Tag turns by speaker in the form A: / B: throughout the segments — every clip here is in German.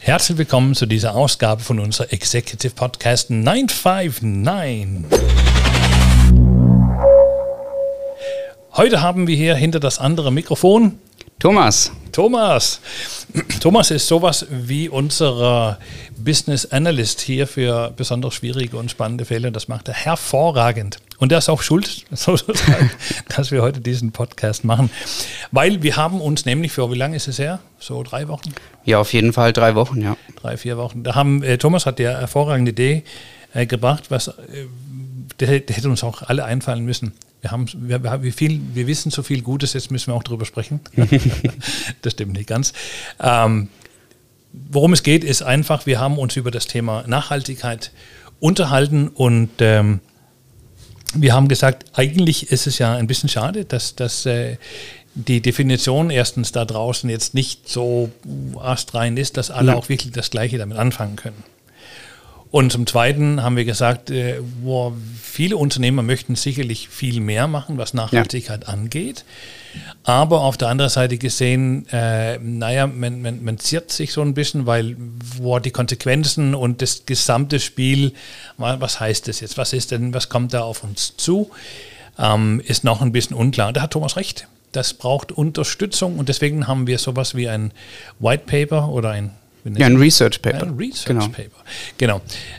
A: Herzlich willkommen zu dieser Ausgabe von unserer Executive Podcast 959. Heute haben wir hier hinter das andere Mikrofon
B: Thomas.
A: Thomas ist sowas wie unser Business Analyst hier für besonders schwierige und spannende Fälle. Das macht er hervorragend. Und er ist auch schuld, sozusagen, dass wir heute diesen Podcast machen. Weil wir haben uns nämlich für, wie lange ist es her? So 3 Wochen?
B: Ja, auf jeden Fall 3 Wochen, ja.
A: 3-4 Wochen. Da haben Thomas hat die hervorragende Idee gebracht, der hätte uns auch alle einfallen müssen. Wir wissen so viel Gutes, jetzt müssen wir auch darüber sprechen. Das stimmt nicht ganz. Worum es geht, ist einfach, wir haben uns über das Thema Nachhaltigkeit unterhalten und wir haben gesagt, eigentlich ist es ja ein bisschen schade, dass die Definition erstens da draußen jetzt nicht so astrein ist, dass alle auch wirklich das Gleiche damit anfangen können. Und zum Zweiten haben wir gesagt, viele Unternehmer möchten sicherlich viel mehr machen, was Nachhaltigkeit angeht. Aber auf der anderen Seite gesehen, man ziert sich so ein bisschen, weil die Konsequenzen und das gesamte Spiel, was heißt das jetzt? Was kommt da auf uns zu? Ist noch ein bisschen unklar. Da hat Thomas recht. Das braucht Unterstützung und deswegen haben wir sowas wie ein White Paper oder ein
B: Research Paper.
A: Ein Research Paper, genau.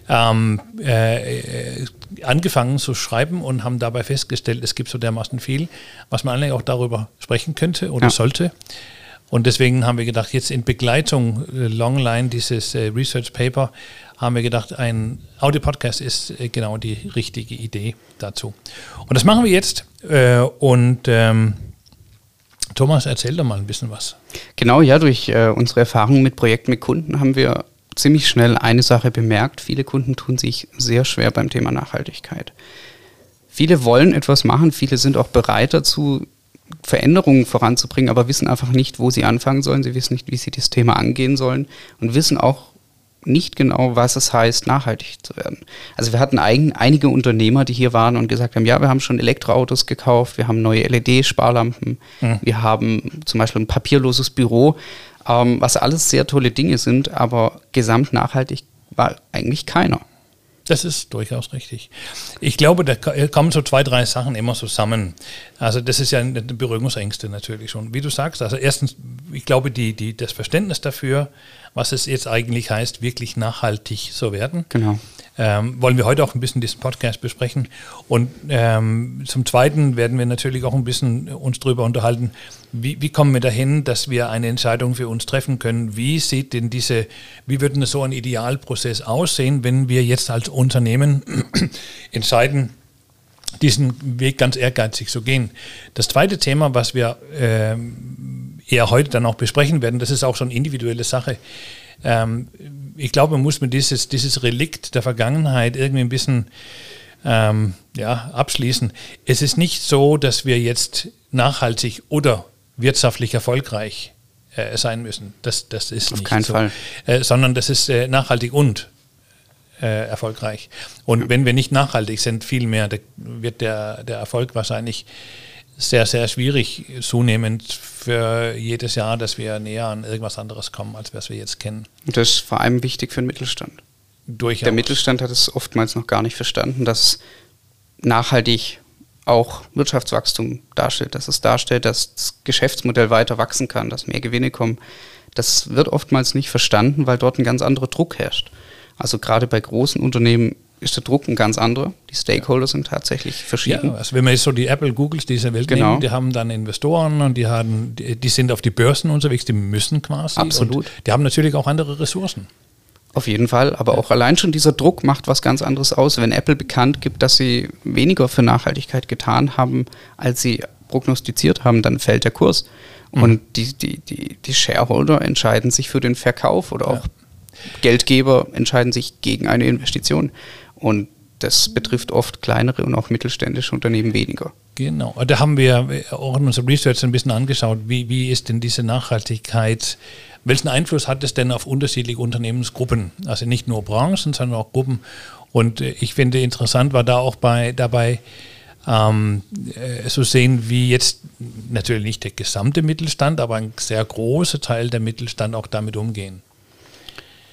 A: Angefangen zu schreiben und haben dabei festgestellt, es gibt so dermaßen viel, was man eigentlich auch darüber sprechen könnte oder sollte. Und deswegen haben wir gedacht, jetzt in Begleitung Longline dieses Research Paper, haben wir gedacht, ein Audio-Podcast ist genau die richtige Idee dazu. Und das machen wir jetzt Thomas, erzähl doch mal ein bisschen was.
B: Genau, ja, durch unsere Erfahrungen mit Projekten mit Kunden haben wir ziemlich schnell eine Sache bemerkt. Viele Kunden tun sich sehr schwer beim Thema Nachhaltigkeit. Viele wollen etwas machen, viele sind auch bereit dazu, Veränderungen voranzubringen, aber wissen einfach nicht, wo sie anfangen sollen. Sie wissen nicht, wie sie das Thema angehen sollen und wissen auch nicht genau, was es heißt, nachhaltig zu werden. Also wir hatten einige Unternehmer, die hier waren und gesagt haben, ja, wir haben schon Elektroautos gekauft, wir haben neue LED-Sparlampen, wir haben zum Beispiel ein papierloses Büro, was alles sehr tolle Dinge sind, aber gesamt nachhaltig war eigentlich keiner.
A: Das ist durchaus richtig. Ich glaube, da kommen so 2, 3 Sachen immer zusammen. Also das ist ja eine Berührungsängste natürlich schon. Wie du sagst, also erstens, ich glaube, das Verständnis dafür, was es jetzt eigentlich heißt, wirklich nachhaltig zu werden.
B: Genau.
A: Wollen wir heute auch ein bisschen diesen Podcast besprechen. Und zum Zweiten werden wir natürlich auch ein bisschen uns darüber unterhalten, wie kommen wir dahin, dass wir eine Entscheidung für uns treffen können. Wie würde denn so ein Idealprozess aussehen, wenn wir jetzt als Unternehmen entscheiden, diesen Weg ganz ehrgeizig zu gehen. Das zweite Thema, was wir eher heute dann auch besprechen werden, das ist auch so eine individuelle Sache. Ich glaube, man muss mit dieses Relikt der Vergangenheit irgendwie ein bisschen abschließen. Es ist nicht so, dass wir jetzt nachhaltig oder wirtschaftlich erfolgreich sein müssen. Das ist nicht so.
B: Auf keinen Fall.
A: Sondern das ist nachhaltig und erfolgreich. Und wenn wir nicht nachhaltig sind, vielmehr, wird der Erfolg wahrscheinlich sehr, sehr schwierig zunehmend für jedes Jahr, dass wir näher an irgendwas anderes kommen, als was wir jetzt kennen.
B: Und das ist vor allem wichtig für den Mittelstand.
A: Durchaus.
B: Der Mittelstand hat es oftmals noch gar nicht verstanden, dass nachhaltig auch Wirtschaftswachstum darstellt, dass es darstellt, dass das Geschäftsmodell weiter wachsen kann, dass mehr Gewinne kommen. Das wird oftmals nicht verstanden, weil dort ein ganz anderer Druck herrscht. Also gerade bei großen Unternehmen ist der Druck ein ganz anderer. Die Stakeholder sind tatsächlich verschieden.
A: Ja, also wenn man jetzt so die Apple, Googles dieser Welt nehmen, die haben dann Investoren und die sind auf die Börsen unterwegs, die müssen quasi.
B: Absolut.
A: Und die haben natürlich auch andere Ressourcen.
B: Auf jeden Fall, aber auch allein schon dieser Druck macht was ganz anderes aus. Wenn Apple bekannt gibt, dass sie weniger für Nachhaltigkeit getan haben, als sie prognostiziert haben, dann fällt der Kurs. Und die Shareholder entscheiden sich für den Verkauf oder auch Geldgeber entscheiden sich gegen eine Investition. Und das betrifft oft kleinere und auch mittelständische Unternehmen weniger.
A: Genau. Da haben wir auch in unserem Research ein bisschen angeschaut, wie ist denn diese Nachhaltigkeit, welchen Einfluss hat es denn auf unterschiedliche Unternehmensgruppen? Also nicht nur Branchen, sondern auch Gruppen. Und ich finde interessant war da auch dabei so sehen, wie jetzt natürlich nicht der gesamte Mittelstand, aber ein sehr großer Teil der Mittelstand auch damit umgehen.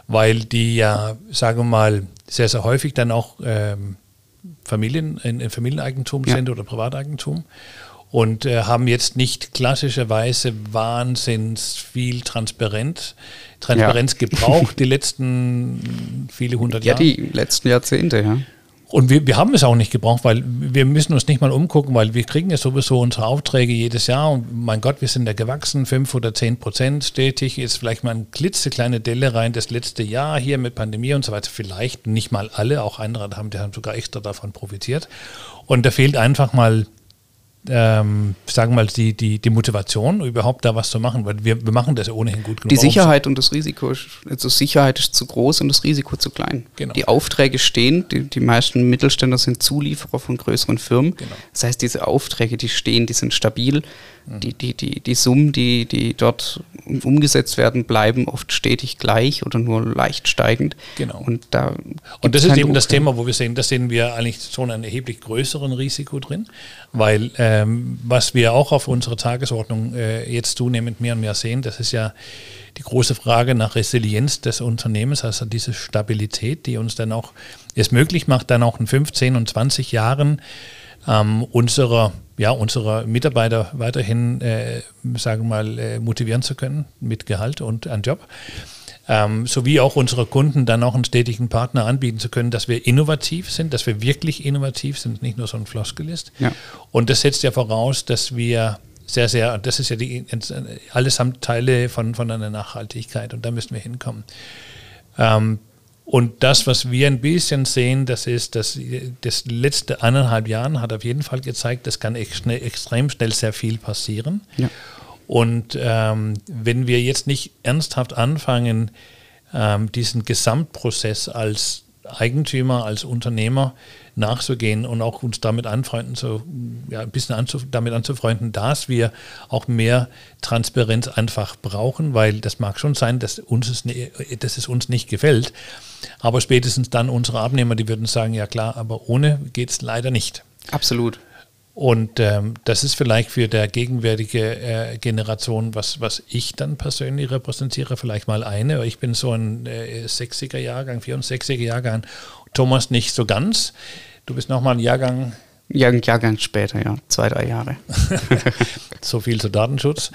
A: weil die ja, sagen wir mal, sehr, sehr häufig dann auch Familieneigentum sind oder Privateigentum und haben jetzt nicht klassischerweise wahnsinns viel Transparenz gebraucht, die letzten viele hundert Jahre.
B: Ja, die letzten Jahrzehnte, ja.
A: Und wir haben es auch nicht gebraucht, weil wir müssen uns nicht mal umgucken, weil wir kriegen ja sowieso unsere Aufträge jedes Jahr und mein Gott, wir sind da gewachsen, 5 oder 10% stetig, ist vielleicht mal eine klitzekleine Delle rein das letzte Jahr hier mit Pandemie und so weiter, vielleicht nicht mal alle, auch andere haben sogar extra davon profitiert und da fehlt einfach mal sagen wir mal, die Motivation, überhaupt da was zu machen, weil wir machen das ja ohnehin gut genug.
B: Die Sicherheit und das Risiko, also Sicherheit ist zu groß und das Risiko zu klein.
A: Genau.
B: Die Aufträge stehen, die meisten Mittelständler sind Zulieferer von größeren Firmen.
A: Genau.
B: Das heißt, diese Aufträge, die stehen, die sind stabil. Die Summen, die dort umgesetzt werden, bleiben oft stetig gleich oder nur leicht steigend.
A: Genau.
B: Und
A: das ist eben das Thema, wo wir sehen, da sehen wir eigentlich schon einen erheblich größeren Risiko drin, weil was wir auch auf unserer Tagesordnung jetzt zunehmend mehr und mehr sehen, das ist ja die große Frage nach Resilienz des Unternehmens, also diese Stabilität, die uns dann auch es möglich macht, dann auch in 15 und 20 Jahren unsere Mitarbeiter weiterhin, sagen wir mal, motivieren zu können mit Gehalt und einen Job, sowie auch unsere Kunden dann auch einen stetigen Partner anbieten zu können, dass wir innovativ sind, dass wir wirklich innovativ sind, nicht nur so ein Floskel ist. Ja. Und das setzt ja voraus, dass wir sehr, sehr, das ist ja allesamt Teile von einer Nachhaltigkeit und da müssen wir hinkommen. Und das, was wir ein bisschen sehen, das ist, dass das letzte 1,5 Jahren hat auf jeden Fall gezeigt, das kann extrem schnell sehr viel passieren. Ja. Und wenn wir jetzt nicht ernsthaft anfangen, diesen Gesamtprozess als Eigentümer, als Unternehmer nachzugehen und auch uns damit ein bisschen damit anzufreunden, dass wir auch mehr Transparenz einfach brauchen, weil das mag schon sein, dass es uns nicht gefällt, aber spätestens dann unsere Abnehmer, die würden sagen, ja klar, aber ohne geht es leider nicht.
B: Absolut.
A: Und das ist vielleicht für der gegenwärtige Generation, was ich dann persönlich repräsentiere, vielleicht mal eine. Ich bin so ein 60er Jahrgang, 64er Jahrgang, Thomas nicht so ganz. Du bist nochmal ein Jahrgang...
B: Jahrgang später, ja, 2-3 Jahre.
A: So viel zu Datenschutz.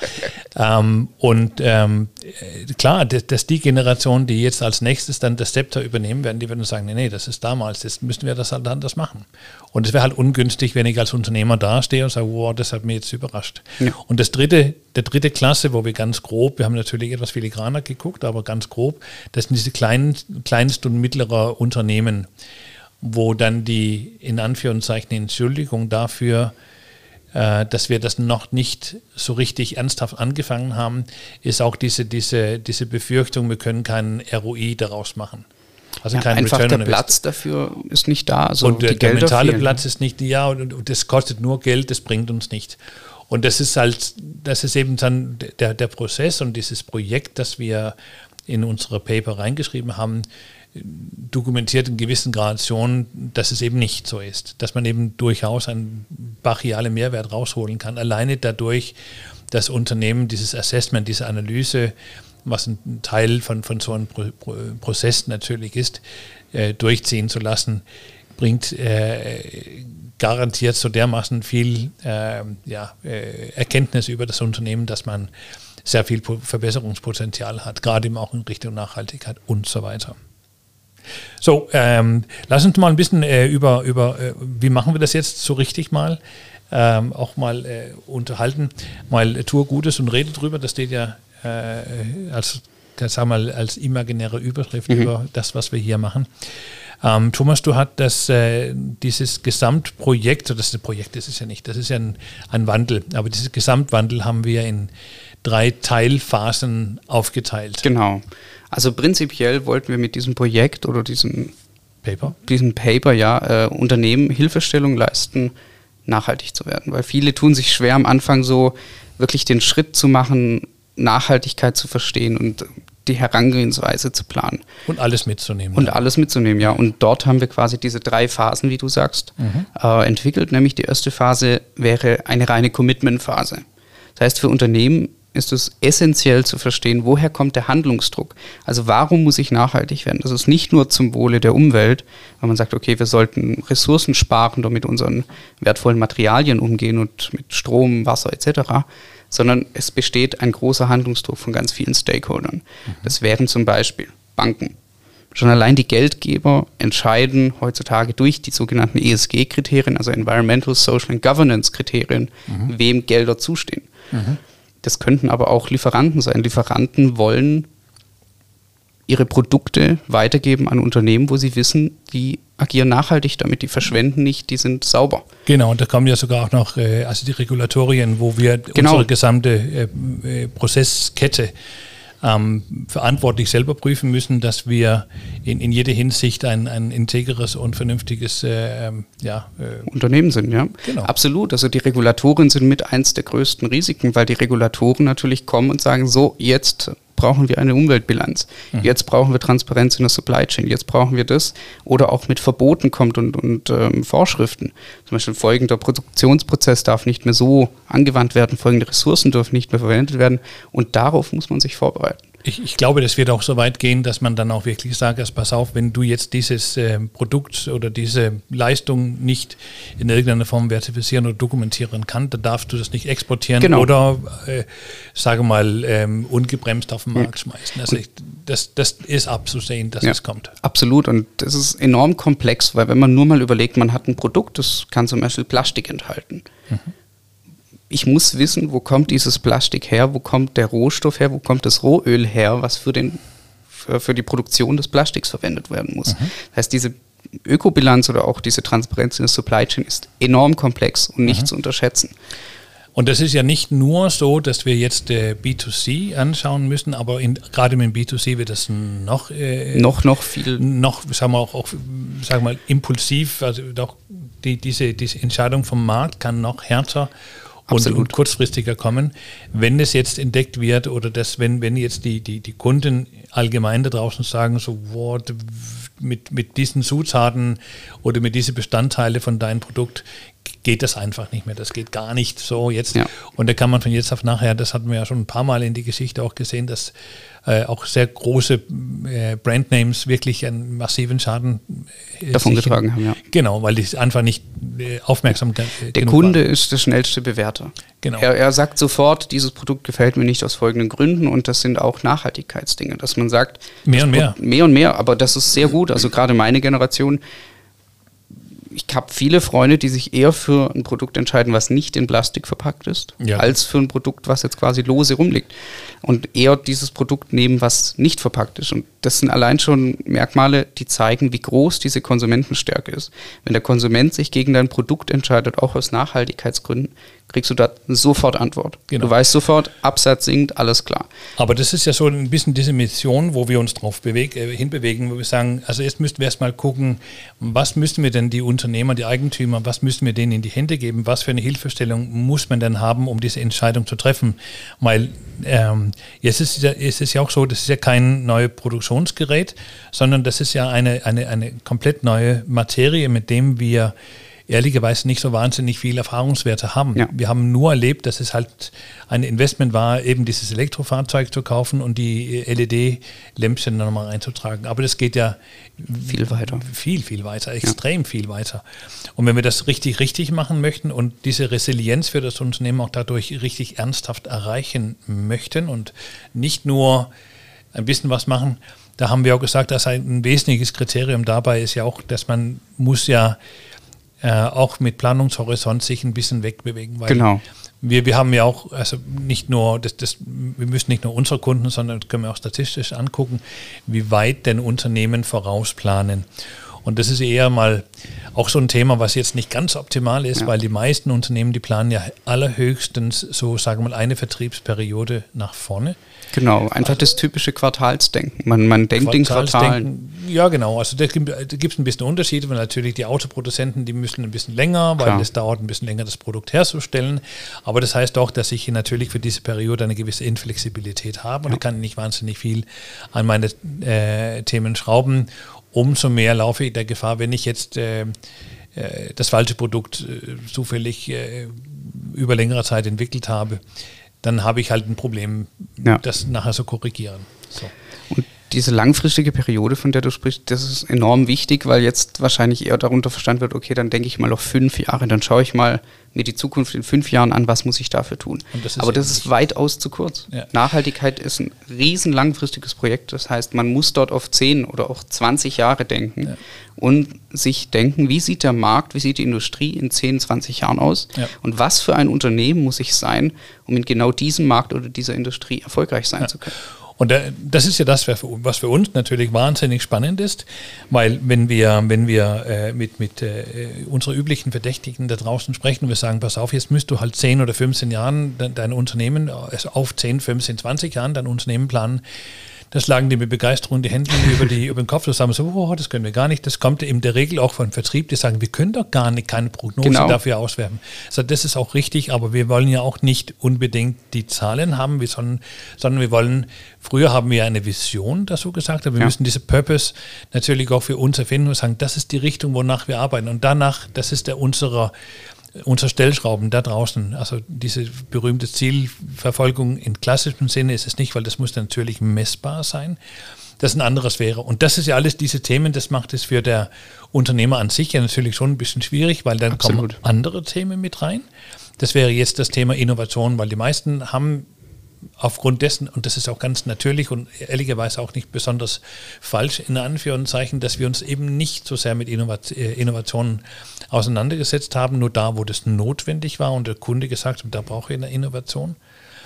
A: Klar, dass die Generation, die jetzt als nächstes dann das Zepter übernehmen werden, die würden sagen, nee, das ist damals, jetzt müssen wir das halt anders machen. Und es wäre halt ungünstig, wenn ich als Unternehmer dastehe und sage, wow, das hat mich jetzt überrascht. Ja. Und der dritte Klasse, wo wir ganz grob, wir haben natürlich etwas filigraner geguckt, aber ganz grob, das sind diese kleinst und mittlere Unternehmen, wo dann die, in Anführungszeichen, Entschuldigung dafür, dass wir das noch nicht so richtig ernsthaft angefangen haben, ist auch diese Befürchtung, wir können keinen ROI daraus machen. Also kein
B: einfach
A: Return
B: der Platz dafür ist nicht da. Also
A: und der mentale Platz ist nicht, und das kostet nur Geld, das bringt uns nicht. Und das ist eben dann der Prozess und dieses Projekt, das wir in unsere Paper reingeschrieben haben, dokumentiert in gewissen Gradationen, dass es eben nicht so ist, dass man eben durchaus einen brachialen Mehrwert rausholen kann, alleine dadurch, dass Unternehmen dieses Assessment, diese Analyse, was ein Teil von so einem Prozess natürlich ist, durchziehen zu lassen, bringt garantiert so dermaßen viel Erkenntnis über das Unternehmen, dass man sehr viel Verbesserungspotenzial hat, gerade eben auch in Richtung Nachhaltigkeit und so weiter. So, lass uns mal ein bisschen über wie machen wir das jetzt so richtig mal, auch mal unterhalten, mal tue Gutes und rede drüber, das steht ja als imaginäre Überschrift über das, was wir hier machen. Thomas, du hast dieses Gesamtprojekt, das ist ja nicht, das ist ja ein Wandel, aber dieses Gesamtwandel haben wir in 3 Teilphasen aufgeteilt.
B: Genau. Also prinzipiell wollten wir mit diesem Projekt oder diesem Paper Unternehmen Hilfestellung leisten, nachhaltig zu werden. Weil viele tun sich schwer am Anfang so wirklich den Schritt zu machen, Nachhaltigkeit zu verstehen und die Herangehensweise zu planen.
A: Und alles mitzunehmen.
B: Ja. Und dort haben wir quasi diese 3 Phasen, wie du sagst, entwickelt. Nämlich die erste Phase wäre eine reine Commitment-Phase. Das heißt, für Unternehmen ist es essentiell zu verstehen, woher kommt der Handlungsdruck. Also warum muss ich nachhaltig werden? Das ist nicht nur zum Wohle der Umwelt, weil man sagt, okay, wir sollten Ressourcen sparen, damit unseren wertvollen Materialien umgehen und mit Strom, Wasser etc., sondern es besteht ein großer Handlungsdruck von ganz vielen Stakeholdern. Das wären zum Beispiel Banken. Schon allein die Geldgeber entscheiden heutzutage durch die sogenannten ESG-Kriterien, also Environmental, Social and Governance-Kriterien, wem Gelder zustehen. Das könnten aber auch Lieferanten sein. Lieferanten wollen ihre Produkte weitergeben an Unternehmen, wo sie wissen, die agieren nachhaltig damit, die verschwenden nicht, die sind sauber.
A: Genau, und da kommen ja sogar auch noch also die Regulatorien, wo wir unsere gesamte Prozesskette verantwortlich selber prüfen müssen, dass wir in jeder Hinsicht ein integeres und vernünftiges
B: Unternehmen sind, ja. Genau. Absolut. Also die Regulatoren sind mit eins der größten Risiken, weil die Regulatoren natürlich kommen und sagen, so, jetzt brauchen wir eine Umweltbilanz. Jetzt brauchen wir Transparenz in der Supply Chain. Jetzt brauchen wir das. Oder auch mit Verboten kommt und Vorschriften. Zum Beispiel folgender Produktionsprozess darf nicht mehr so angewandt werden, folgende Ressourcen dürfen nicht mehr verwendet werden. Und darauf muss man sich vorbereiten.
A: Ich glaube, das wird auch so weit gehen, dass man dann auch wirklich sagt, also pass auf, wenn du jetzt dieses Produkt oder diese Leistung nicht in irgendeiner Form verifizieren oder dokumentieren kannst, dann darfst du das nicht exportieren oder, sage mal, ungebremst auf den Markt schmeißen. Also das ist abzusehen, dass es kommt.
B: Absolut, und das ist enorm komplex, weil wenn man nur mal überlegt, man hat ein Produkt, das kann zum Beispiel Plastik enthalten. Ich muss wissen, wo kommt dieses Plastik her, wo kommt der Rohstoff her, wo kommt das Rohöl her, was für die Produktion des Plastiks verwendet werden muss. Das heißt, diese Ökobilanz oder auch diese Transparenz in der Supply Chain ist enorm komplex und nicht zu unterschätzen.
A: Und das ist ja nicht nur so, dass wir jetzt B2C anschauen müssen, aber gerade mit B2C wird das noch viel, sagen wir auch sagen wir mal, impulsiv, also doch diese Entscheidung vom Markt kann noch härter und kurzfristiger kommen, wenn es jetzt entdeckt wird oder wenn jetzt die Kunden allgemein da draußen sagen, so mit diesen Zutaten oder mit diesen Bestandteile von deinem Produkt geht das einfach nicht mehr. Das geht gar nicht so jetzt. Ja. Und da kann man von jetzt auf nachher, das hatten wir ja schon ein paar Mal in die Geschichte auch gesehen, dass auch sehr große Brandnames wirklich einen massiven Schaden
B: davon getragen haben. Ja.
A: Genau, weil die einfach nicht aufmerksam
B: Der Kunde ist der schnellste Bewerter.
A: Genau.
B: Er sagt sofort, dieses Produkt gefällt mir nicht aus folgenden Gründen, und das sind auch Nachhaltigkeitsdinge, dass man sagt,
A: mehr und mehr,
B: aber das ist sehr gut. Also gerade meine Generation, ich habe viele Freunde, die sich eher für ein Produkt entscheiden, was nicht in Plastik verpackt ist, als für ein Produkt, was jetzt quasi lose rumliegt. Und eher dieses Produkt nehmen, was nicht verpackt ist. Und das sind allein schon Merkmale, die zeigen, wie groß diese Konsumentenstärke ist. Wenn der Konsument sich gegen dein Produkt entscheidet, auch aus Nachhaltigkeitsgründen, kriegst du da sofort Antwort. Genau. Du weißt sofort, Absatz sinkt, alles klar.
A: Aber das ist ja so ein bisschen diese Mission, wo wir uns drauf hinbewegen, wo wir sagen, also jetzt müssten wir erstmal gucken, was müssen wir denn die Unternehmer, die Eigentümer, was müssen wir denen in die Hände geben, was für eine Hilfestellung muss man denn haben, um diese Entscheidung zu treffen, weil jetzt ist es ja auch so, das ist ja kein neues Produktionsgerät, sondern das ist ja eine komplett neue Materie, mit dem wir ehrlicherweise nicht so wahnsinnig viel Erfahrungswerte haben. Ja. Wir haben nur erlebt, dass es halt ein Investment war, eben dieses Elektrofahrzeug zu kaufen und die LED-Lämpchen nochmal einzutragen. Aber das geht ja
B: viel weiter.
A: Viel weiter, extrem viel weiter. Und wenn wir das richtig machen möchten und diese Resilienz für das Unternehmen auch dadurch richtig ernsthaft erreichen möchten und nicht nur ein bisschen was machen, da haben wir auch gesagt, dass ein wesentliches Kriterium dabei ist ja auch, dass man muss ja auch mit Planungshorizont sich ein bisschen wegbewegen. Weil wir haben ja auch, also nicht nur, wir müssen nicht nur unsere Kunden, sondern können wir auch statistisch angucken, wie weit denn Unternehmen vorausplanen. Und das ist eher mal auch so ein Thema, was jetzt nicht ganz optimal ist, weil die meisten Unternehmen, die planen ja allerhöchstens so, sagen wir mal, eine Vertriebsperiode nach vorne.
B: Genau, einfach das typische Quartalsdenken. Man denkt in Quartalen.
A: Ja, genau. Also da gibt es ein bisschen Unterschiede, weil natürlich die Autoproduzenten, die müssen ein bisschen länger, weil es dauert ein bisschen länger, das Produkt herzustellen. Aber das heißt auch, dass ich natürlich für diese Periode eine gewisse Inflexibilität habe und ich kann nicht wahnsinnig viel an meine Themen schrauben. Umso mehr laufe ich der Gefahr, wenn ich jetzt das falsche Produkt zufällig über längere Zeit entwickelt habe, dann habe ich halt ein Problem, das nachher zu korrigieren. So.
B: Und diese langfristige Periode, von der du sprichst, das ist enorm wichtig, weil jetzt wahrscheinlich eher darunter verstanden wird, okay, dann denke ich mal auf 5 Jahre, dann schaue ich mal mir die Zukunft in 5 Jahren an, was muss ich dafür tun. Aber das ist weitaus zu kurz. Ja. Nachhaltigkeit ist ein riesen langfristiges Projekt, das heißt, man muss dort auf 10 oder auch 20 Jahre denken und sich denken, wie sieht der Markt, wie sieht die Industrie in 10, 20 Jahren aus und was für ein Unternehmen muss ich sein, um in genau diesem Markt oder dieser Industrie erfolgreich sein zu können.
A: Und das ist ja das, was für uns natürlich wahnsinnig spannend ist, weil wenn wir mit unseren üblichen Verdächtigen da draußen sprechen und wir sagen, pass auf, jetzt müsst du halt 10 oder 15 Jahren dein Unternehmen, also auf 10, 15, 20 Jahren dein Unternehmen planen, da schlagen die mit Begeisterung die Hände über den Kopf zusammen, so, das können wir gar nicht. Das kommt in der Regel auch von Vertrieb, die sagen, wir können doch gar nicht, keine Prognose dafür auswerfen. Also das ist auch richtig, aber wir wollen ja auch nicht unbedingt die Zahlen haben, sondern wir wollen, früher haben wir eine Vision dazu gesagt, aber wir müssen diese Purpose natürlich auch für uns erfinden und sagen, das ist die Richtung, wonach wir arbeiten. Und danach, das ist unsere Stellschrauben da draußen, also diese berühmte Zielverfolgung in klassischem Sinne ist es nicht, weil das muss natürlich messbar sein, das ein anderes wäre. Und das ist ja alles diese Themen, das macht es für der Unternehmer an sich ja natürlich schon ein bisschen schwierig, weil dann kommen andere Themen mit rein. Das wäre jetzt das Thema Innovation, weil die meisten haben aufgrund dessen, und das ist auch ganz natürlich und ehrlicherweise auch nicht besonders falsch, in Anführungszeichen, dass wir uns eben nicht so sehr mit Innovationen auseinandergesetzt haben, nur da, wo das notwendig war und der Kunde gesagt hat, da brauche ich eine Innovation.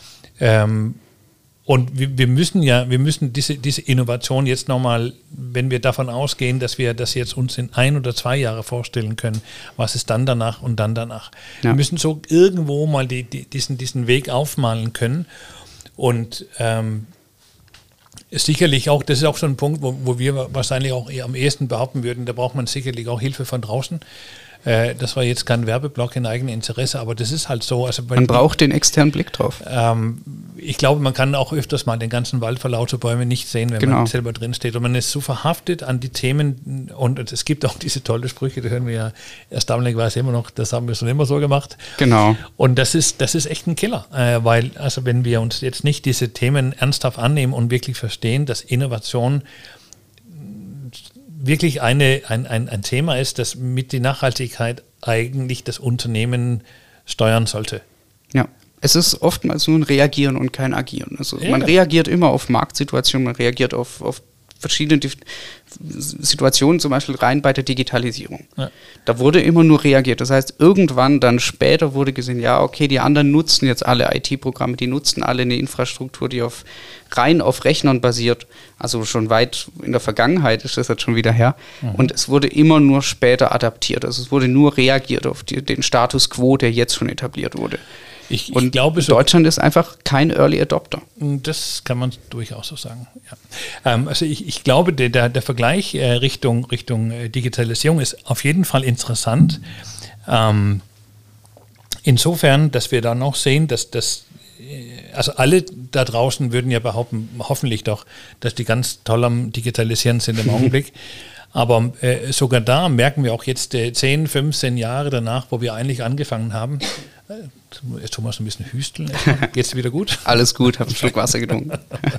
A: Und wir müssen diese Innovation jetzt nochmal, wenn wir davon ausgehen, dass wir das jetzt uns in 1 oder 2 Jahre vorstellen können, was ist dann danach und dann danach. Ja. Wir müssen so irgendwo mal diesen Weg aufmalen können. Und sicherlich auch, das ist auch so ein Punkt, wo wir wahrscheinlich auch eher am ehesten behaupten würden, da braucht man sicherlich auch Hilfe von draußen. Das war jetzt kein Werbeblock in eigenem Interesse, aber das ist halt so. Also
B: man braucht den externen Blick drauf.
A: Ich glaube, man kann auch öfters mal den ganzen Wald vor lauter Bäume nicht sehen, wenn man selber drin steht. Und man ist so verhaftet an die Themen und es gibt auch diese tolle Sprüche, die hören wir ja erstaunlicherweise immer noch, das haben wir schon immer so gemacht.
B: Genau.
A: Und das ist echt ein Killer, weil also wenn wir uns jetzt nicht diese Themen ernsthaft annehmen und wirklich verstehen, dass Innovation wirklich ein Thema ist, das mit der Nachhaltigkeit eigentlich das Unternehmen steuern sollte.
B: Ja, es ist oftmals nur ein Reagieren und kein Agieren. Also man reagiert immer auf Marktsituationen, man reagiert auf verschiedene Situationen, zum Beispiel rein bei der Digitalisierung. Ja. Da wurde immer nur reagiert. Das heißt, irgendwann dann später wurde gesehen, ja, okay, die anderen nutzen jetzt alle IT-Programme, die nutzen alle eine Infrastruktur, die rein auf Rechnern basiert. Also schon weit in der Vergangenheit ist das jetzt schon wieder her. Mhm. Und es wurde immer nur später adaptiert. Also es wurde nur reagiert auf den Status quo, der jetzt schon etabliert wurde. Ich glaube, Deutschland ist einfach kein Early Adopter.
A: Das kann man durchaus so sagen. Ja. Also ich glaube, der Vergleich Richtung Digitalisierung ist auf jeden Fall interessant. Insofern, dass wir dann auch sehen, dass also alle da draußen würden ja behaupten, hoffentlich doch, dass die ganz toll am Digitalisieren sind im Augenblick. Aber sogar da merken wir auch jetzt 10, 15 Jahre danach, wo wir eigentlich angefangen haben. Jetzt tun wir so ein bisschen hüsteln. Geht es wieder gut?
B: Alles gut, habe einen Schluck Wasser getrunken.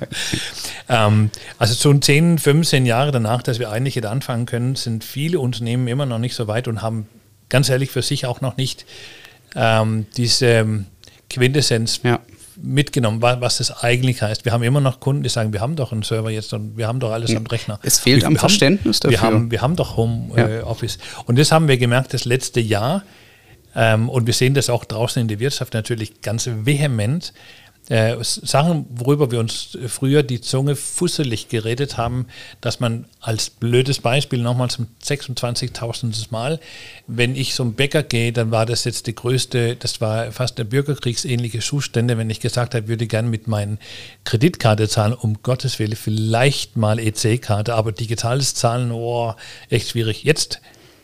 A: Also so 10, 15 Jahre danach, dass wir eigentlich hätte anfangen können, sind viele Unternehmen immer noch nicht so weit und haben ganz ehrlich für sich auch noch nicht diese Quintessenz mitgenommen, was das eigentlich heißt. Wir haben immer noch Kunden, die sagen, wir haben doch einen Server jetzt und wir haben doch alles am Rechner.
B: Es fehlt am Verständnis dafür.
A: Wir haben doch Homeoffice. Und das haben wir gemerkt das letzte Jahr. Und wir sehen das auch draußen in der Wirtschaft natürlich ganz vehement. Sachen, worüber wir uns früher die Zunge fusselig geredet haben, dass man als blödes Beispiel nochmal zum 26.000. Mal, wenn ich zum Bäcker gehe, dann war das jetzt das war fast eine bürgerkriegsähnliche Zustände, wenn ich gesagt habe, ich würde gerne mit meinen Kreditkarte zahlen, um Gottes Willen, vielleicht mal EC-Karte, aber digitales Zahlen, echt schwierig. Jetzt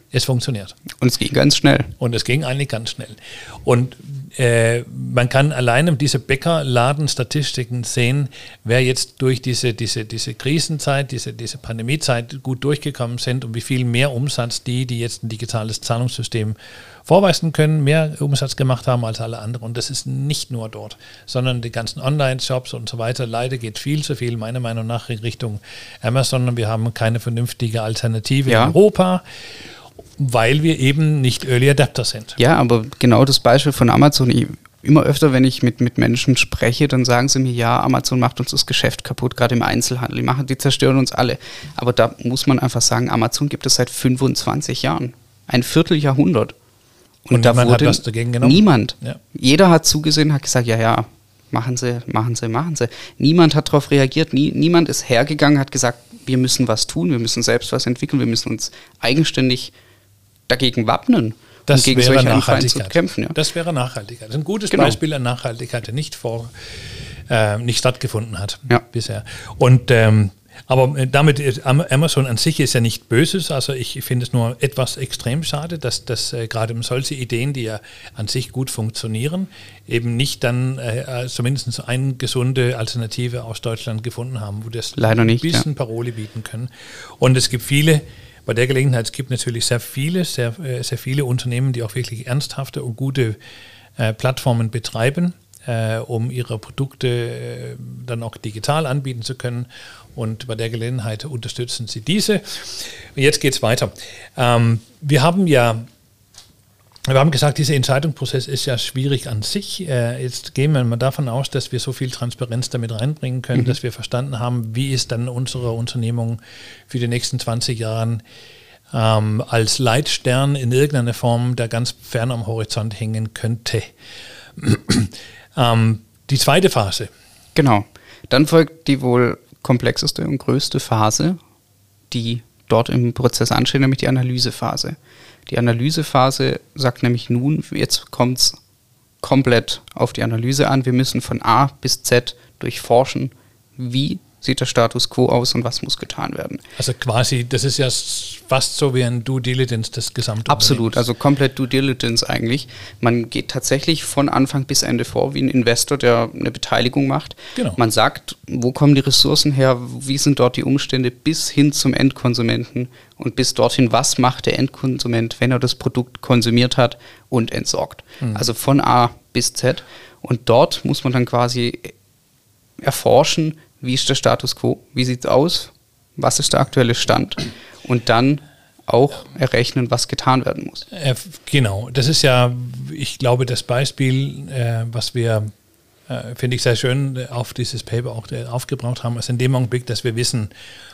A: es funktioniert.
B: Und es ging ganz schnell.
A: Und es ging eigentlich ganz schnell. Und man kann alleine diese Bäckerladenstatistiken sehen, wer jetzt durch diese Krisenzeit, diese Pandemiezeit gut durchgekommen sind und wie viel mehr Umsatz die jetzt ein digitales Zahlungssystem vorweisen können, mehr Umsatz gemacht haben als alle anderen. Und das ist nicht nur dort, sondern die ganzen Online-Shops und so weiter. Leider geht viel zu viel, meiner Meinung nach, in Richtung Amazon. Und wir haben keine vernünftige Alternative in Europa, weil wir eben nicht Early Adapter sind. Ja,
B: aber genau das Beispiel von Amazon, immer öfter, wenn ich mit Menschen spreche, dann sagen sie mir, ja, Amazon macht uns das Geschäft kaputt, gerade im Einzelhandel. Die zerstören uns alle. Aber da muss man einfach sagen, Amazon gibt es seit 25 Jahren. Ein Vierteljahrhundert.
A: Und da niemand hat was dagegen genommen?
B: Niemand. Ja. Jeder hat zugesehen, hat gesagt, ja, machen Sie. Niemand hat darauf reagiert. Niemand ist hergegangen, hat gesagt, wir müssen was tun, wir müssen selbst was entwickeln, wir müssen uns eigenständig dagegen wappnen,
A: um gegen solche
B: Anfragen zu kämpfen. Ja.
A: Das wäre Nachhaltigkeit. Das ist ein gutes Beispiel an Nachhaltigkeit, der nicht stattgefunden hat bisher. Und aber damit Amazon an sich ist ja nicht Böses, also ich finde es nur etwas extrem schade, dass gerade solche Ideen, die ja an sich gut funktionieren, eben nicht dann zumindest eine gesunde Alternative aus Deutschland gefunden haben, wo das
B: leider nicht,
A: ein bisschen Paroli bieten können. Und es gibt bei der Gelegenheit, es gibt natürlich sehr viele Unternehmen, die auch wirklich ernsthafte und gute Plattformen betreiben, um ihre Produkte dann auch digital anbieten zu können. Und bei der Gelegenheit unterstützen sie diese. Und jetzt geht es weiter. Wir haben gesagt, dieser Entscheidungsprozess ist ja schwierig an sich. Jetzt gehen wir mal davon aus, dass wir so viel Transparenz damit reinbringen können, dass wir verstanden haben, wie ist dann unsere Unternehmung für die nächsten 20 Jahre als Leitstern in irgendeiner Form, der ganz fern am Horizont hängen könnte. Die zweite Phase.
B: Genau. Dann folgt die wohl komplexeste und größte Phase, die dort im Prozess ansteht, nämlich die Analysephase. Die Analysephase sagt nämlich nun, jetzt kommt es komplett auf die Analyse an. Wir müssen von A bis Z durchforschen, wie sieht der Status quo aus und was muss getan werden.
A: Also quasi, das ist ja fast so wie ein Due Diligence des gesamten
B: Absolut, also komplett Due Diligence eigentlich. Man geht tatsächlich von Anfang bis Ende vor, wie ein Investor, der eine Beteiligung macht.
A: Genau.
B: Man sagt, wo kommen die Ressourcen her, wie sind dort die Umstände bis hin zum Endkonsumenten und bis dorthin, was macht der Endkonsument, wenn er das Produkt konsumiert hat und entsorgt. Also von A bis Z. Und dort muss man dann quasi erforschen, wie ist der Status quo, wie sieht es aus, was ist der aktuelle Stand und dann auch errechnen, was getan werden muss.
A: Genau, das ist ja, ich glaube, das Beispiel, was wir, finde ich sehr schön, auf dieses Paper auch aufgebraucht haben, ist in dem Augenblick, dass wir wissen,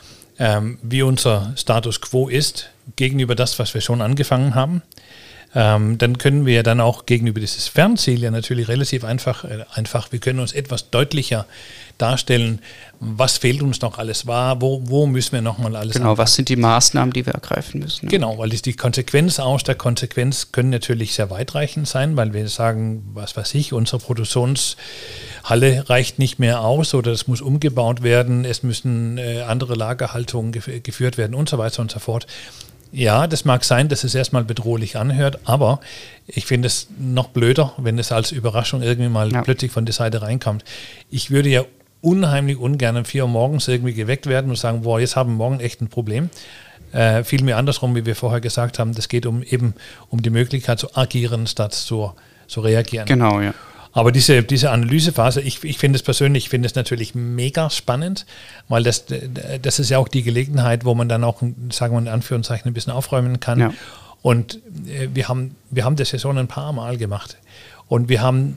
A: wie unser Status quo ist gegenüber das, was wir schon angefangen haben. Dann können wir dann auch gegenüber dieses Fernziel ja natürlich relativ einfach, wir können uns etwas deutlicher darstellen, was fehlt uns noch alles, wo müssen wir nochmal alles
B: anfangen. Was sind die Maßnahmen, die wir ergreifen müssen. Ja.
A: Genau, weil die Konsequenz aus der Konsequenz können natürlich sehr weitreichend sein, weil wir sagen, was weiß ich, unsere Produktionshalle reicht nicht mehr aus oder es muss umgebaut werden, es müssen andere Lagerhaltungen geführt werden und so weiter und so fort. Ja, das mag sein, dass es erstmal bedrohlich anhört, aber ich finde es noch blöder, wenn es als Überraschung irgendwie mal plötzlich von der Seite reinkommt. Ich würde ja unheimlich ungern um 4 Uhr morgens irgendwie geweckt werden und sagen, boah, jetzt haben wir morgen echt ein Problem. Vielmehr andersrum, wie wir vorher gesagt haben, das geht um die Möglichkeit zu agieren, statt zu reagieren.
B: Genau, ja.
A: Aber diese Analysephase, ich finde es persönlich, natürlich mega spannend, weil das ist ja auch die Gelegenheit, wo man dann auch, sagen wir in Anführungszeichen, ein bisschen aufräumen kann. Ja. Und wir haben das ja schon ein paar Mal gemacht. Und wir haben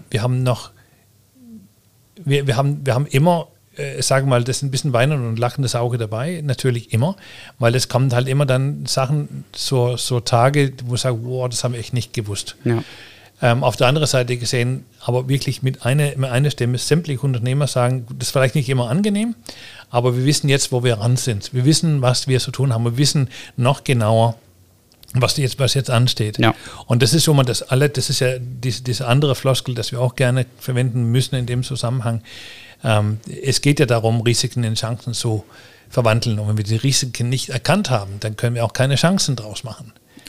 A: immer, sagen wir mal, das ist ein bisschen weinen und lachendes Auge dabei, natürlich immer, weil es kommen halt immer dann Sachen, so Tage, wo ich sage, wow, das haben wir echt nicht gewusst. Ja. Auf der anderen Seite gesehen, aber wirklich mit einer Stimme, sämtliche Unternehmer sagen, das ist vielleicht nicht immer angenehm, aber wir wissen jetzt, wo wir ran sind. Wir wissen, was wir zu tun haben. Wir wissen noch genauer, was jetzt ansteht. Ja. Und das ist schon mal das ist ja diese andere Floskel, das wir auch gerne verwenden müssen in dem Zusammenhang. Es geht ja darum, Risiken in Chancen zu verwandeln. Und wenn wir die Risiken nicht erkannt haben, dann können wir auch keine Chancen draus machen.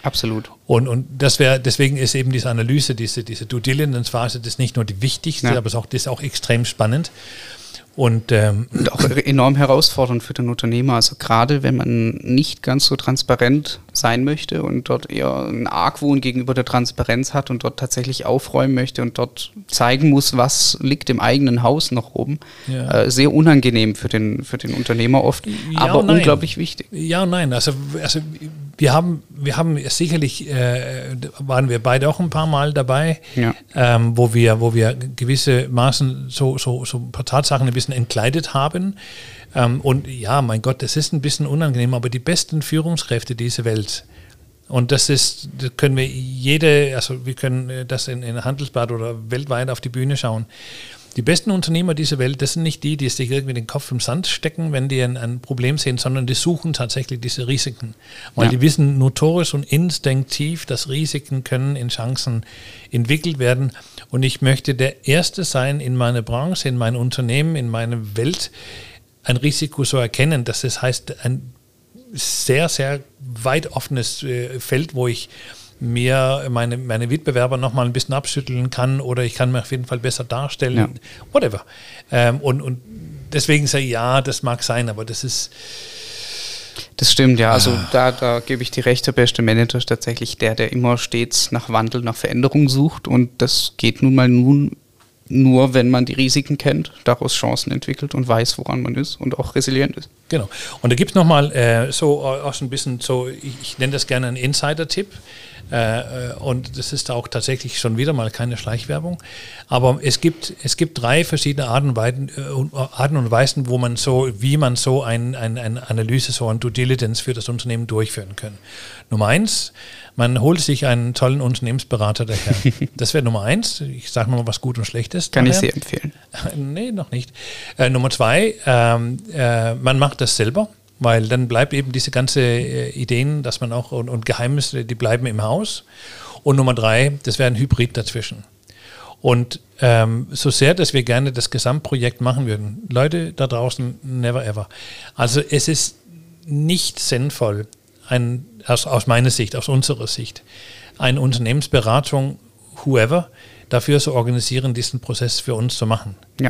B: Absolut.
A: Und deswegen ist eben diese Analyse, diese Due Diligence-Phase, das ist nicht nur die wichtigste, aber das ist auch extrem spannend. Und
B: auch enorm herausfordernd für den Unternehmer. Also gerade wenn man nicht ganz so transparent sein möchte und dort eher einen Argwohn gegenüber der Transparenz hat und dort tatsächlich aufräumen möchte und dort zeigen muss, was liegt im eigenen Haus noch oben. Ja. Sehr unangenehm für den Unternehmer oft, aber unglaublich wichtig.
A: Ja und nein. Also wir haben sicherlich, waren wir beide auch ein paar Mal dabei, wo wir gewissermaßen so ein paar Tatsachen ein bisschen entkleidet haben. Und ja, mein Gott, das ist ein bisschen unangenehm, aber die besten Führungskräfte dieser Welt, und das können wir wir können das in Handelsblatt oder weltweit auf die Bühne schauen. Die besten Unternehmer dieser Welt, das sind nicht die sich irgendwie den Kopf im Sand stecken, wenn die ein Problem sehen, sondern die suchen tatsächlich diese Risiken. Weil die wissen notorisch und instinktiv, dass Risiken können in Chancen entwickelt werden. Und ich möchte der Erste sein in meiner Branche, in meinem Unternehmen, in meiner Welt, ein Risiko so erkennen. Das heißt, ein sehr, sehr weit offenes Feld, wo ich mir meine Wettbewerber noch mal ein bisschen abschütteln kann oder ich kann mir auf jeden Fall besser darstellen, whatever. Und deswegen sage ich, ja, das mag sein, aber das ist...
B: Das stimmt, ja. Also da gebe ich dir recht, der beste Manager ist tatsächlich der immer stets nach Wandel, nach Veränderung sucht, und das geht nun mal nur, wenn man die Risiken kennt, daraus Chancen entwickelt und weiß, woran man ist und auch resilient ist.
A: Genau. Und da gibt es nochmal auch so ein bisschen so, ich nenne das gerne einen Insider-Tipp. Und das ist auch tatsächlich schon wieder mal keine Schleichwerbung. Aber es gibt 3 verschiedene Arten und Weisen, wie man so eine Analyse, so ein Due Diligence für das Unternehmen durchführen kann. Nummer 1, man holt sich einen tollen Unternehmensberater daher. Das wäre Nummer 1. Ich sage mal, was gut und schlecht ist.
B: Kann ich sehr empfehlen.
A: Nee, noch nicht. Nummer 2, man macht das selber. Weil dann bleibt eben diese ganze Ideen, dass man auch und Geheimnisse, die bleiben im Haus. Und Nummer 3, das wäre ein Hybrid dazwischen. Und so sehr, dass wir gerne das Gesamtprojekt machen würden, Leute da draußen, never ever. Also es ist nicht sinnvoll, aus meiner Sicht, aus unserer Sicht, eine Unternehmensberatung, whoever, dafür zu organisieren, diesen Prozess für uns zu machen.
B: Ja.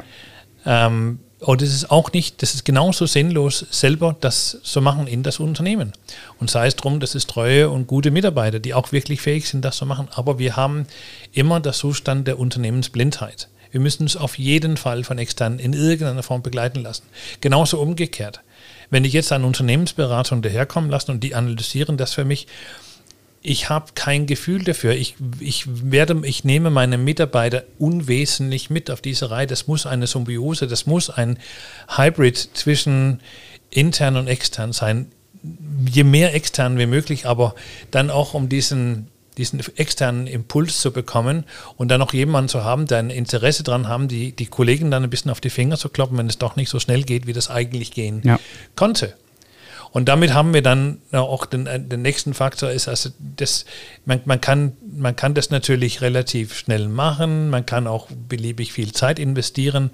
A: Und das ist genauso sinnlos, selber das zu machen in das Unternehmen. Und sei es drum, das ist treue und gute Mitarbeiter, die auch wirklich fähig sind, das zu machen. Aber wir haben immer den Zustand der Unternehmensblindheit. Wir müssen uns auf jeden Fall von externen in irgendeiner Form begleiten lassen. Genauso umgekehrt. Wenn ich jetzt eine Unternehmensberatung daherkommen lasse und die analysieren das für mich, ich habe kein Gefühl dafür. Ich nehme meine Mitarbeiter unwesentlich mit auf diese Reihe. Das muss eine Symbiose, das muss ein Hybrid zwischen intern und extern sein. Je mehr extern wie möglich, aber dann auch um diesen externen Impuls zu bekommen und dann auch jemanden zu haben, der ein Interesse daran haben, die Kollegen dann ein bisschen auf die Finger zu kloppen, wenn es doch nicht so schnell geht, wie das eigentlich gehen konnte. Und damit haben wir dann auch den nächsten Faktor ist, also man kann das natürlich relativ schnell machen, man kann auch beliebig viel Zeit investieren.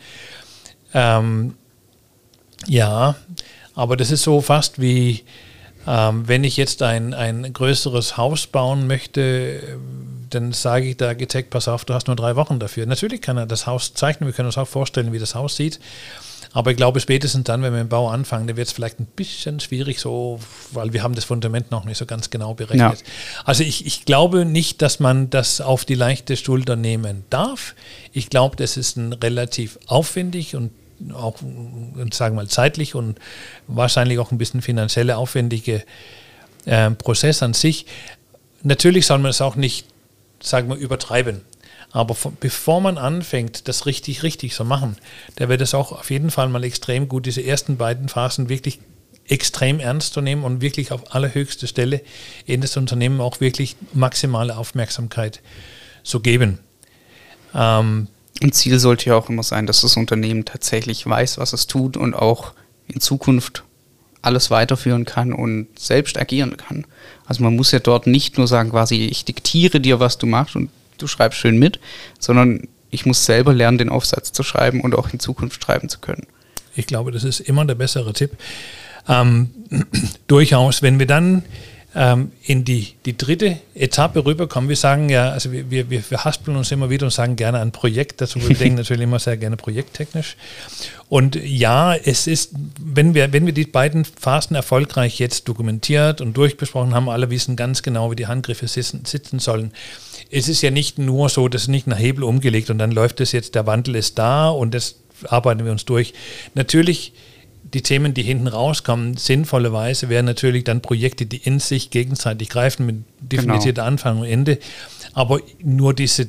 A: Ja, aber das ist so fast wie, wenn ich jetzt ein größeres Haus bauen möchte, dann sage ich der Architekt, pass auf, du hast nur 3 Wochen dafür. Natürlich kann er das Haus zeichnen, wir können uns auch vorstellen, wie das Haus sieht. Aber ich glaube, spätestens dann, wenn wir im Bau anfangen, dann wird es vielleicht ein bisschen schwierig, weil wir haben das Fundament noch nicht so ganz genau berechnet. Ja. Also ich glaube nicht, dass man das auf die leichte Schulter nehmen darf. Ich glaube, das ist ein relativ aufwendig und auch, sagen wir mal, zeitlich und wahrscheinlich auch ein bisschen finanziell aufwendige Prozess an sich. Natürlich soll man es auch nicht, sagen wir, übertreiben. Aber bevor man anfängt, das richtig zu machen, da wird es auch auf jeden Fall mal extrem gut, diese ersten beiden Phasen wirklich extrem ernst zu nehmen und wirklich auf allerhöchste Stelle in das Unternehmen auch wirklich maximale Aufmerksamkeit zu geben.
B: Ein Ziel sollte ja auch immer sein, dass das Unternehmen tatsächlich weiß, was es tut und auch in Zukunft alles weiterführen kann und selbst agieren kann. Also man muss ja dort nicht nur sagen, quasi, ich diktiere dir, was du machst und du schreibst schön mit, sondern ich muss selber lernen, den Aufsatz zu schreiben und auch in Zukunft schreiben zu können.
A: Ich glaube, das ist immer der bessere Tipp. Durchaus, wenn wir dann in die dritte Etappe rüberkommen. Wir sagen ja, also wir haspeln uns immer wieder und sagen gerne ein Projekt dazu. Wir denken natürlich immer sehr gerne projekttechnisch. Und ja, es ist, wenn wir die beiden Phasen erfolgreich jetzt dokumentiert und durchbesprochen haben, alle wissen ganz genau, wie die Handgriffe sitzen sollen. Es ist ja nicht nur so, dass es nicht nach Hebel umgelegt und dann läuft es jetzt, der Wandel ist da und das arbeiten wir uns durch. Natürlich, die Themen, die hinten rauskommen, sinnvollerweise wären natürlich dann Projekte, die in sich gegenseitig greifen mit definierter Anfang und Ende. Aber nur diese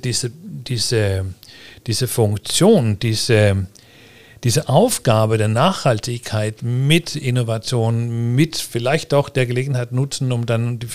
A: Funktion, diese Aufgabe der Nachhaltigkeit mit Innovation, mit vielleicht auch der Gelegenheit nutzen, um dann die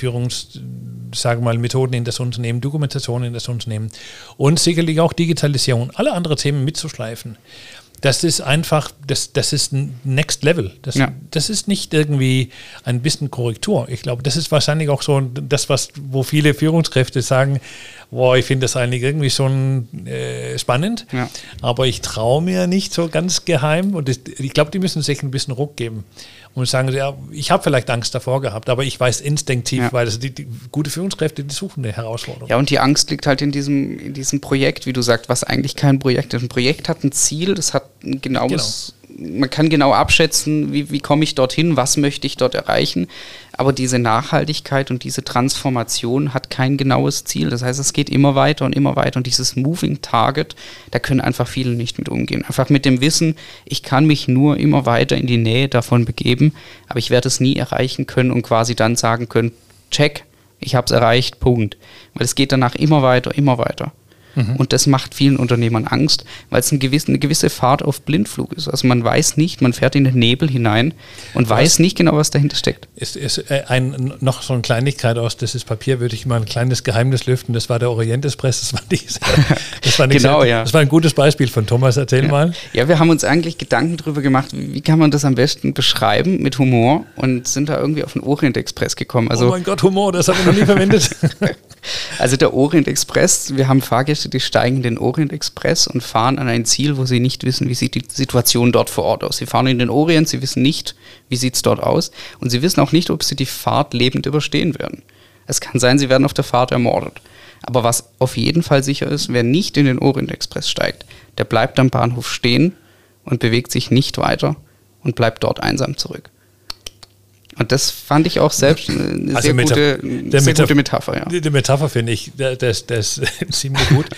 A: Methoden in das Unternehmen, Dokumentation in das Unternehmen und sicherlich auch Digitalisierung, alle anderen Themen mitzuschleifen. Das ist einfach, das ist Next Level. Das ist nicht irgendwie ein bisschen Korrektur. Ich glaube, das ist wahrscheinlich auch so das, wo viele Führungskräfte sagen, ich finde das eigentlich irgendwie schon spannend, aber ich traue mir nicht so ganz geheim und ich glaube, die müssen sich ein bisschen Ruck geben und sagen, ja, ich habe vielleicht Angst davor gehabt, aber ich weiß instinktiv, weil das die gute Führungskräfte, die suchen eine Herausforderung.
B: Ja, und die Angst liegt halt in diesem Projekt, wie du sagst, was eigentlich kein Projekt ist. Ein Projekt hat ein Ziel, das hat ein genaues, man kann genau abschätzen, wie komme ich dorthin, was möchte ich dort erreichen, aber diese Nachhaltigkeit und diese Transformation hat kein genaues Ziel. Das heißt, es geht immer weiter und dieses Moving Target, da können einfach viele nicht mit umgehen. Einfach mit dem Wissen, ich kann mich nur immer weiter in die Nähe davon begeben, aber ich werde es nie erreichen können und quasi dann sagen können, check, ich habe es erreicht, Punkt. Weil es geht danach immer weiter. Und das macht vielen Unternehmern Angst, weil es eine gewisse Fahrt auf Blindflug ist. Also man weiß nicht, man fährt in den Nebel hinein und weiß nicht genau, was dahinter steckt.
A: Ist noch so eine Kleinigkeit aus dieses Papier, würde ich mal ein kleines Geheimnis lüften. Das war der Orient-Express. Das war ein gutes Beispiel von Thomas. Erzähl mal.
B: Ja, wir haben uns eigentlich Gedanken darüber gemacht, wie kann man das am besten beschreiben mit Humor und sind da irgendwie auf den Orient-Express gekommen. Also,
A: oh mein Gott, Humor, das haben wir noch nie verwendet.
B: Also der Orient-Express, wir haben Fahrgäste, die steigen in den Orient-Express und fahren an ein Ziel, wo sie nicht wissen, wie sieht die Situation dort vor Ort aus. Sie fahren in den Orient, sie wissen nicht, wie sieht es dort aus und sie wissen auch nicht, ob sie die Fahrt lebend überstehen werden. Es kann sein, sie werden auf der Fahrt ermordet. Aber was auf jeden Fall sicher ist, wer nicht in den Orient-Express steigt, der bleibt am Bahnhof stehen und bewegt sich nicht weiter und bleibt dort einsam zurück. Und das fand ich auch selbst eine sehr gute Metapher. Ja.
A: Die Metapher finde ich, das ist ziemlich gut.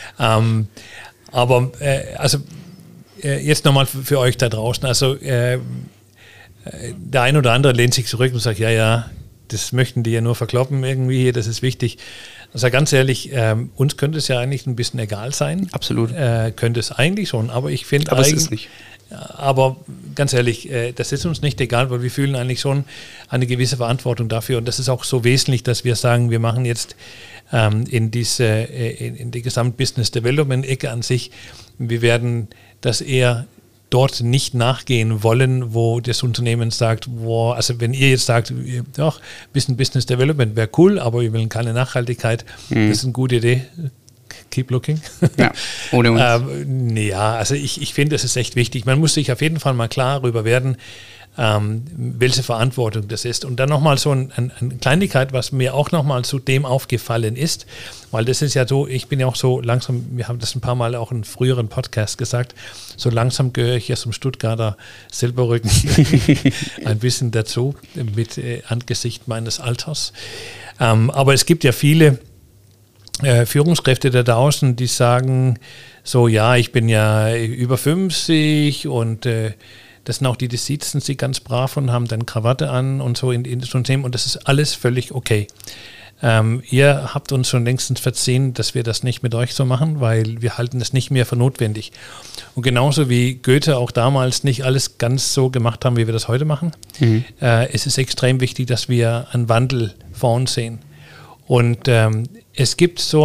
A: Aber jetzt nochmal für euch da draußen. Also der ein oder andere lehnt sich zurück und sagt, ja, das möchten die ja nur verkloppen irgendwie, das ist wichtig. Also ganz ehrlich, uns könnte es ja eigentlich ein bisschen egal sein.
B: Absolut.
A: Könnte es eigentlich schon, aber ich finde
B: es ist nicht.
A: Aber ganz ehrlich, das ist uns nicht egal, weil wir fühlen eigentlich schon eine gewisse Verantwortung dafür. Und das ist auch so wesentlich, dass wir sagen, wir machen jetzt in die Gesamt-Business Development-Ecke an sich, wir werden das eher dort nicht nachgehen wollen, wo das Unternehmen sagt, also wenn ihr jetzt sagt, doch, bisschen Business Development wäre cool, aber wir wollen keine Nachhaltigkeit, das ist eine gute Idee. Keep looking.
B: Ja, ohne uns.
A: Also ich finde, das ist echt wichtig. Man muss sich auf jeden Fall mal klar darüber werden, welche Verantwortung das ist. Und dann nochmal so eine Kleinigkeit, was mir auch nochmal zu dem aufgefallen ist, weil das ist ja so, ich bin ja auch so langsam, wir haben das ein paar Mal auch in früheren Podcasts gesagt, so langsam gehöre ich ja zum Stuttgarter Silberrücken ein bisschen dazu, mit Angesicht meines Alters. Aber es gibt ja viele Führungskräfte da draußen, die sagen so, ja, ich bin ja über 50 und das sind auch die sitzen sie ganz brav und haben dann Krawatte an und so in das Unternehmen und das ist alles völlig okay. Ihr habt uns schon längstens versehen, dass wir das nicht mit euch so machen, weil wir halten das nicht mehr für notwendig. Und genauso wie Goethe auch damals nicht alles ganz so gemacht haben, wie wir das heute machen, es ist extrem wichtig, dass wir einen Wandel vor uns sehen. Und es gibt so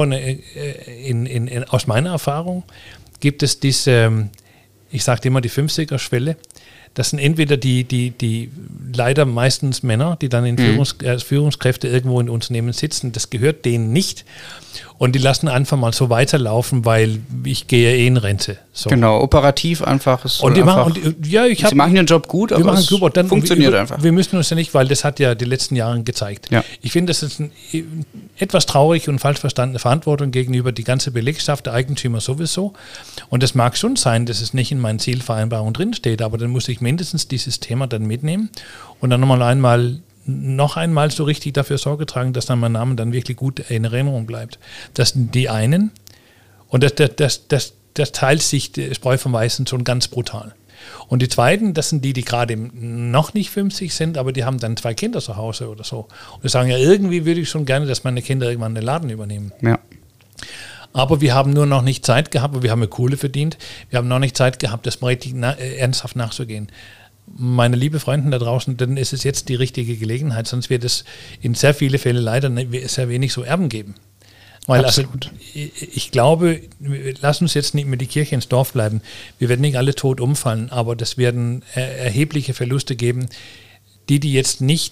A: aus meiner Erfahrung, gibt es diese, ich sage immer die 50er-Schwelle, Das sind entweder die leider meistens Männer, die dann in Führungskräfte irgendwo in Unternehmen sitzen. Das gehört denen nicht. Und die lassen einfach mal so weiterlaufen, weil ich gehe in Rente. So.
B: Genau, operativ einfach.
A: Sie machen
B: ihren Job gut, aber es funktioniert einfach.
A: Wir müssen uns ja nicht, weil das hat ja die letzten Jahre gezeigt.
B: Ja.
A: Ich finde, das ist etwas traurig und falsch verstandene Verantwortung gegenüber die ganze Belegschaft, der Eigentümer sowieso. Und das mag schon sein, dass es nicht in meinen Zielvereinbarungen drinsteht, aber dann muss ich mindestens dieses Thema dann mitnehmen und dann noch einmal so richtig dafür Sorge tragen, dass dann mein Name dann wirklich gut in Erinnerung bleibt. Das sind die einen und das teilt sich die Spreu vom Weißen schon ganz brutal. Und die zweiten, das sind die gerade noch nicht 50 sind, aber die haben dann 2 Kinder zu Hause oder so. Und die sagen, ja, irgendwie würde ich schon gerne, dass meine Kinder irgendwann den Laden übernehmen.
B: Ja.
A: Aber wir haben nur noch nicht Zeit gehabt, wir haben eine Kohle verdient, wir haben noch nicht Zeit gehabt, das richtig ernsthaft nachzugehen. Meine liebe Freunde da draußen, dann ist es jetzt die richtige Gelegenheit, sonst wird es in sehr viele Fälle leider sehr wenig so Erben geben. Weil
B: Absolut.
A: Also ich glaube, lass uns jetzt nicht mehr die Kirche ins Dorf bleiben. Wir werden nicht alle tot umfallen, aber das werden erhebliche Verluste geben, die jetzt nicht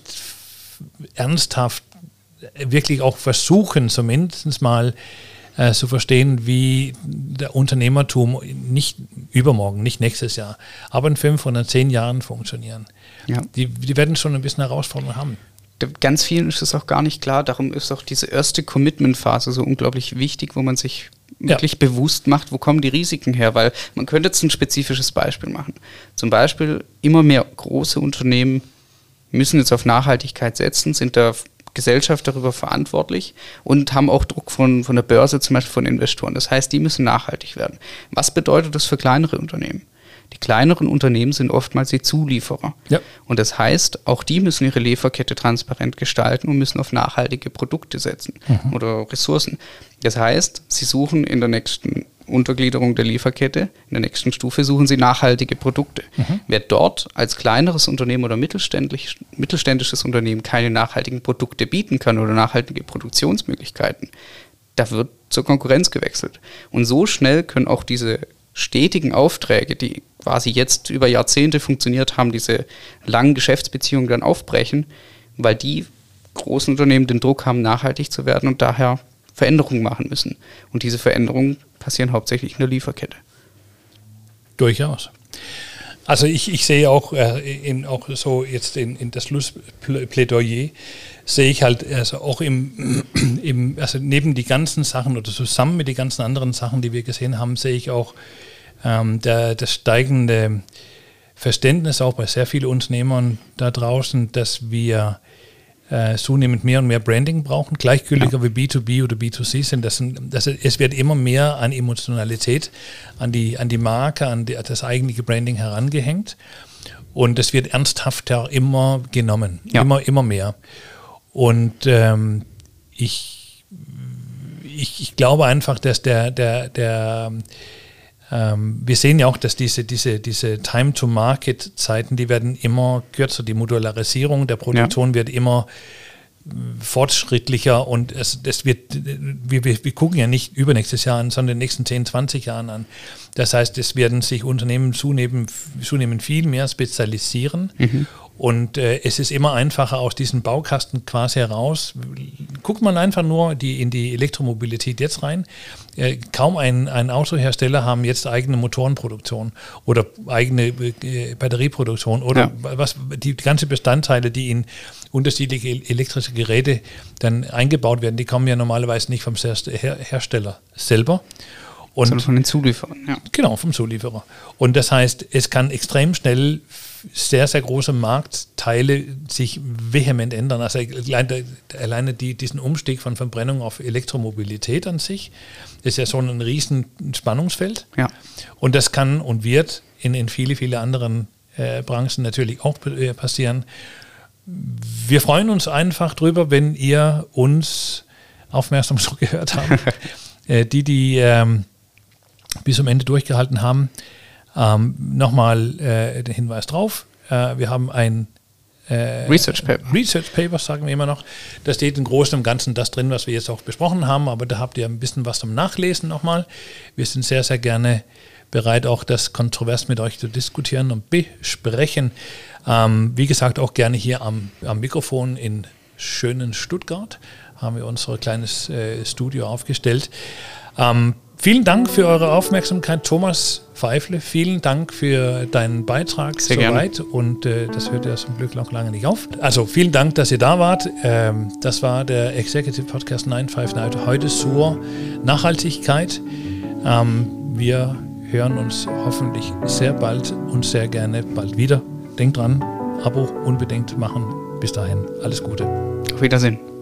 A: ernsthaft wirklich auch versuchen, zumindest mal zu verstehen, wie der Unternehmertum nicht übermorgen, nicht nächstes Jahr, aber in 5 oder 10 Jahren funktionieren.
B: Ja.
A: Die werden schon ein bisschen Herausforderungen haben.
B: Ganz vielen ist es auch gar nicht klar, darum ist auch diese erste Commitment-Phase so unglaublich wichtig, wo man sich wirklich bewusst macht, wo kommen die Risiken her, weil man könnte jetzt ein spezifisches Beispiel machen. Zum Beispiel immer mehr große Unternehmen müssen jetzt auf Nachhaltigkeit setzen, sind der Gesellschaft darüber verantwortlich und haben auch Druck von der Börse, zum Beispiel von Investoren. Das heißt, die müssen nachhaltig werden. Was bedeutet das für kleinere Unternehmen? Die kleineren Unternehmen sind oftmals die Zulieferer. Ja. Und das heißt, auch die müssen ihre Lieferkette transparent gestalten und müssen auf nachhaltige Produkte setzen oder Ressourcen. Das heißt, sie suchen in der nächsten Untergliederung der Lieferkette, in der nächsten Stufe suchen sie nachhaltige Produkte. Wer dort als kleineres Unternehmen oder mittelständisches Unternehmen keine nachhaltigen Produkte bieten kann oder nachhaltige Produktionsmöglichkeiten, da wird zur Konkurrenz gewechselt. Und so schnell können auch diese stetigen Aufträge, die quasi jetzt über Jahrzehnte funktioniert haben, diese langen Geschäftsbeziehungen dann aufbrechen, weil die großen Unternehmen den Druck haben, nachhaltig zu werden und daher Veränderungen machen müssen. Und diese Veränderungen passieren hauptsächlich in der Lieferkette.
A: Durchaus. Also ich sehe auch, auch so jetzt in das Schlussplädoyer, sehe ich halt also auch also neben die ganzen Sachen oder zusammen mit den ganzen anderen Sachen, die wir gesehen haben, sehe ich auch das steigende Verständnis auch bei sehr vielen Unternehmern da draußen, dass wir zunehmend mehr und mehr Branding brauchen, gleichgültiger wie B2B oder B2C sind. Es wird immer mehr an Emotionalität, an die Marke, an das eigentliche Branding herangehängt und es wird ernsthafter immer genommen, immer mehr. Und ich glaube einfach, dass wir sehen ja auch, dass diese Time-to-Market-Zeiten, die werden immer kürzer. Die Modularisierung der Produktion wird immer fortschrittlicher und wir gucken ja nicht übernächstes Jahr an, sondern in den nächsten 10, 20 Jahren an. Das heißt, es werden sich Unternehmen zunehmend viel mehr spezialisieren. Und es ist immer einfacher aus diesem Baukasten quasi heraus. Guckt man einfach nur in die Elektromobilität jetzt rein. Kaum ein Autohersteller haben jetzt eigene Motorenproduktion oder eigene Batterieproduktion oder die ganzen Bestandteile, die in unterschiedliche elektrische Geräte dann eingebaut werden, die kommen ja normalerweise nicht vom Hersteller selber.
B: Sondern von den Zulieferern. Ja.
A: Genau, vom Zulieferer. Und das heißt, es kann extrem schnell sehr, sehr große Marktteile sich vehement ändern. Also alleine diesen Umstieg von Verbrennung auf Elektromobilität an sich ist ja so ein riesen Spannungsfeld. Ja. Und das kann und wird in viele, viele anderen Branchen natürlich auch passieren. Wir freuen uns einfach drüber, wenn ihr uns aufmerksam so gehört habt. Die bis zum Ende durchgehalten haben. Nochmal der Hinweis drauf. Wir haben ein
B: Research Paper.
A: Research Paper, sagen wir immer noch. Da steht im Großen und Ganzen das drin, was wir jetzt auch besprochen haben, aber da habt ihr ein bisschen was zum Nachlesen nochmal. Wir sind sehr, sehr gerne bereit, auch das kontrovers mit euch zu diskutieren und besprechen. Wie gesagt, auch gerne hier am Mikrofon in schönen Stuttgart haben wir unser kleines Studio aufgestellt. Vielen Dank für eure Aufmerksamkeit, Thomas Pfeifle. Vielen Dank für deinen Beitrag soweit. Und das hört ja zum Glück noch lange nicht auf. Also vielen Dank, dass ihr da wart. Das war der Executive Podcast 959 heute zur Nachhaltigkeit. Wir hören uns hoffentlich sehr bald und sehr gerne bald wieder. Denkt dran, Abo unbedingt machen. Bis dahin, alles Gute.
B: Auf Wiedersehen.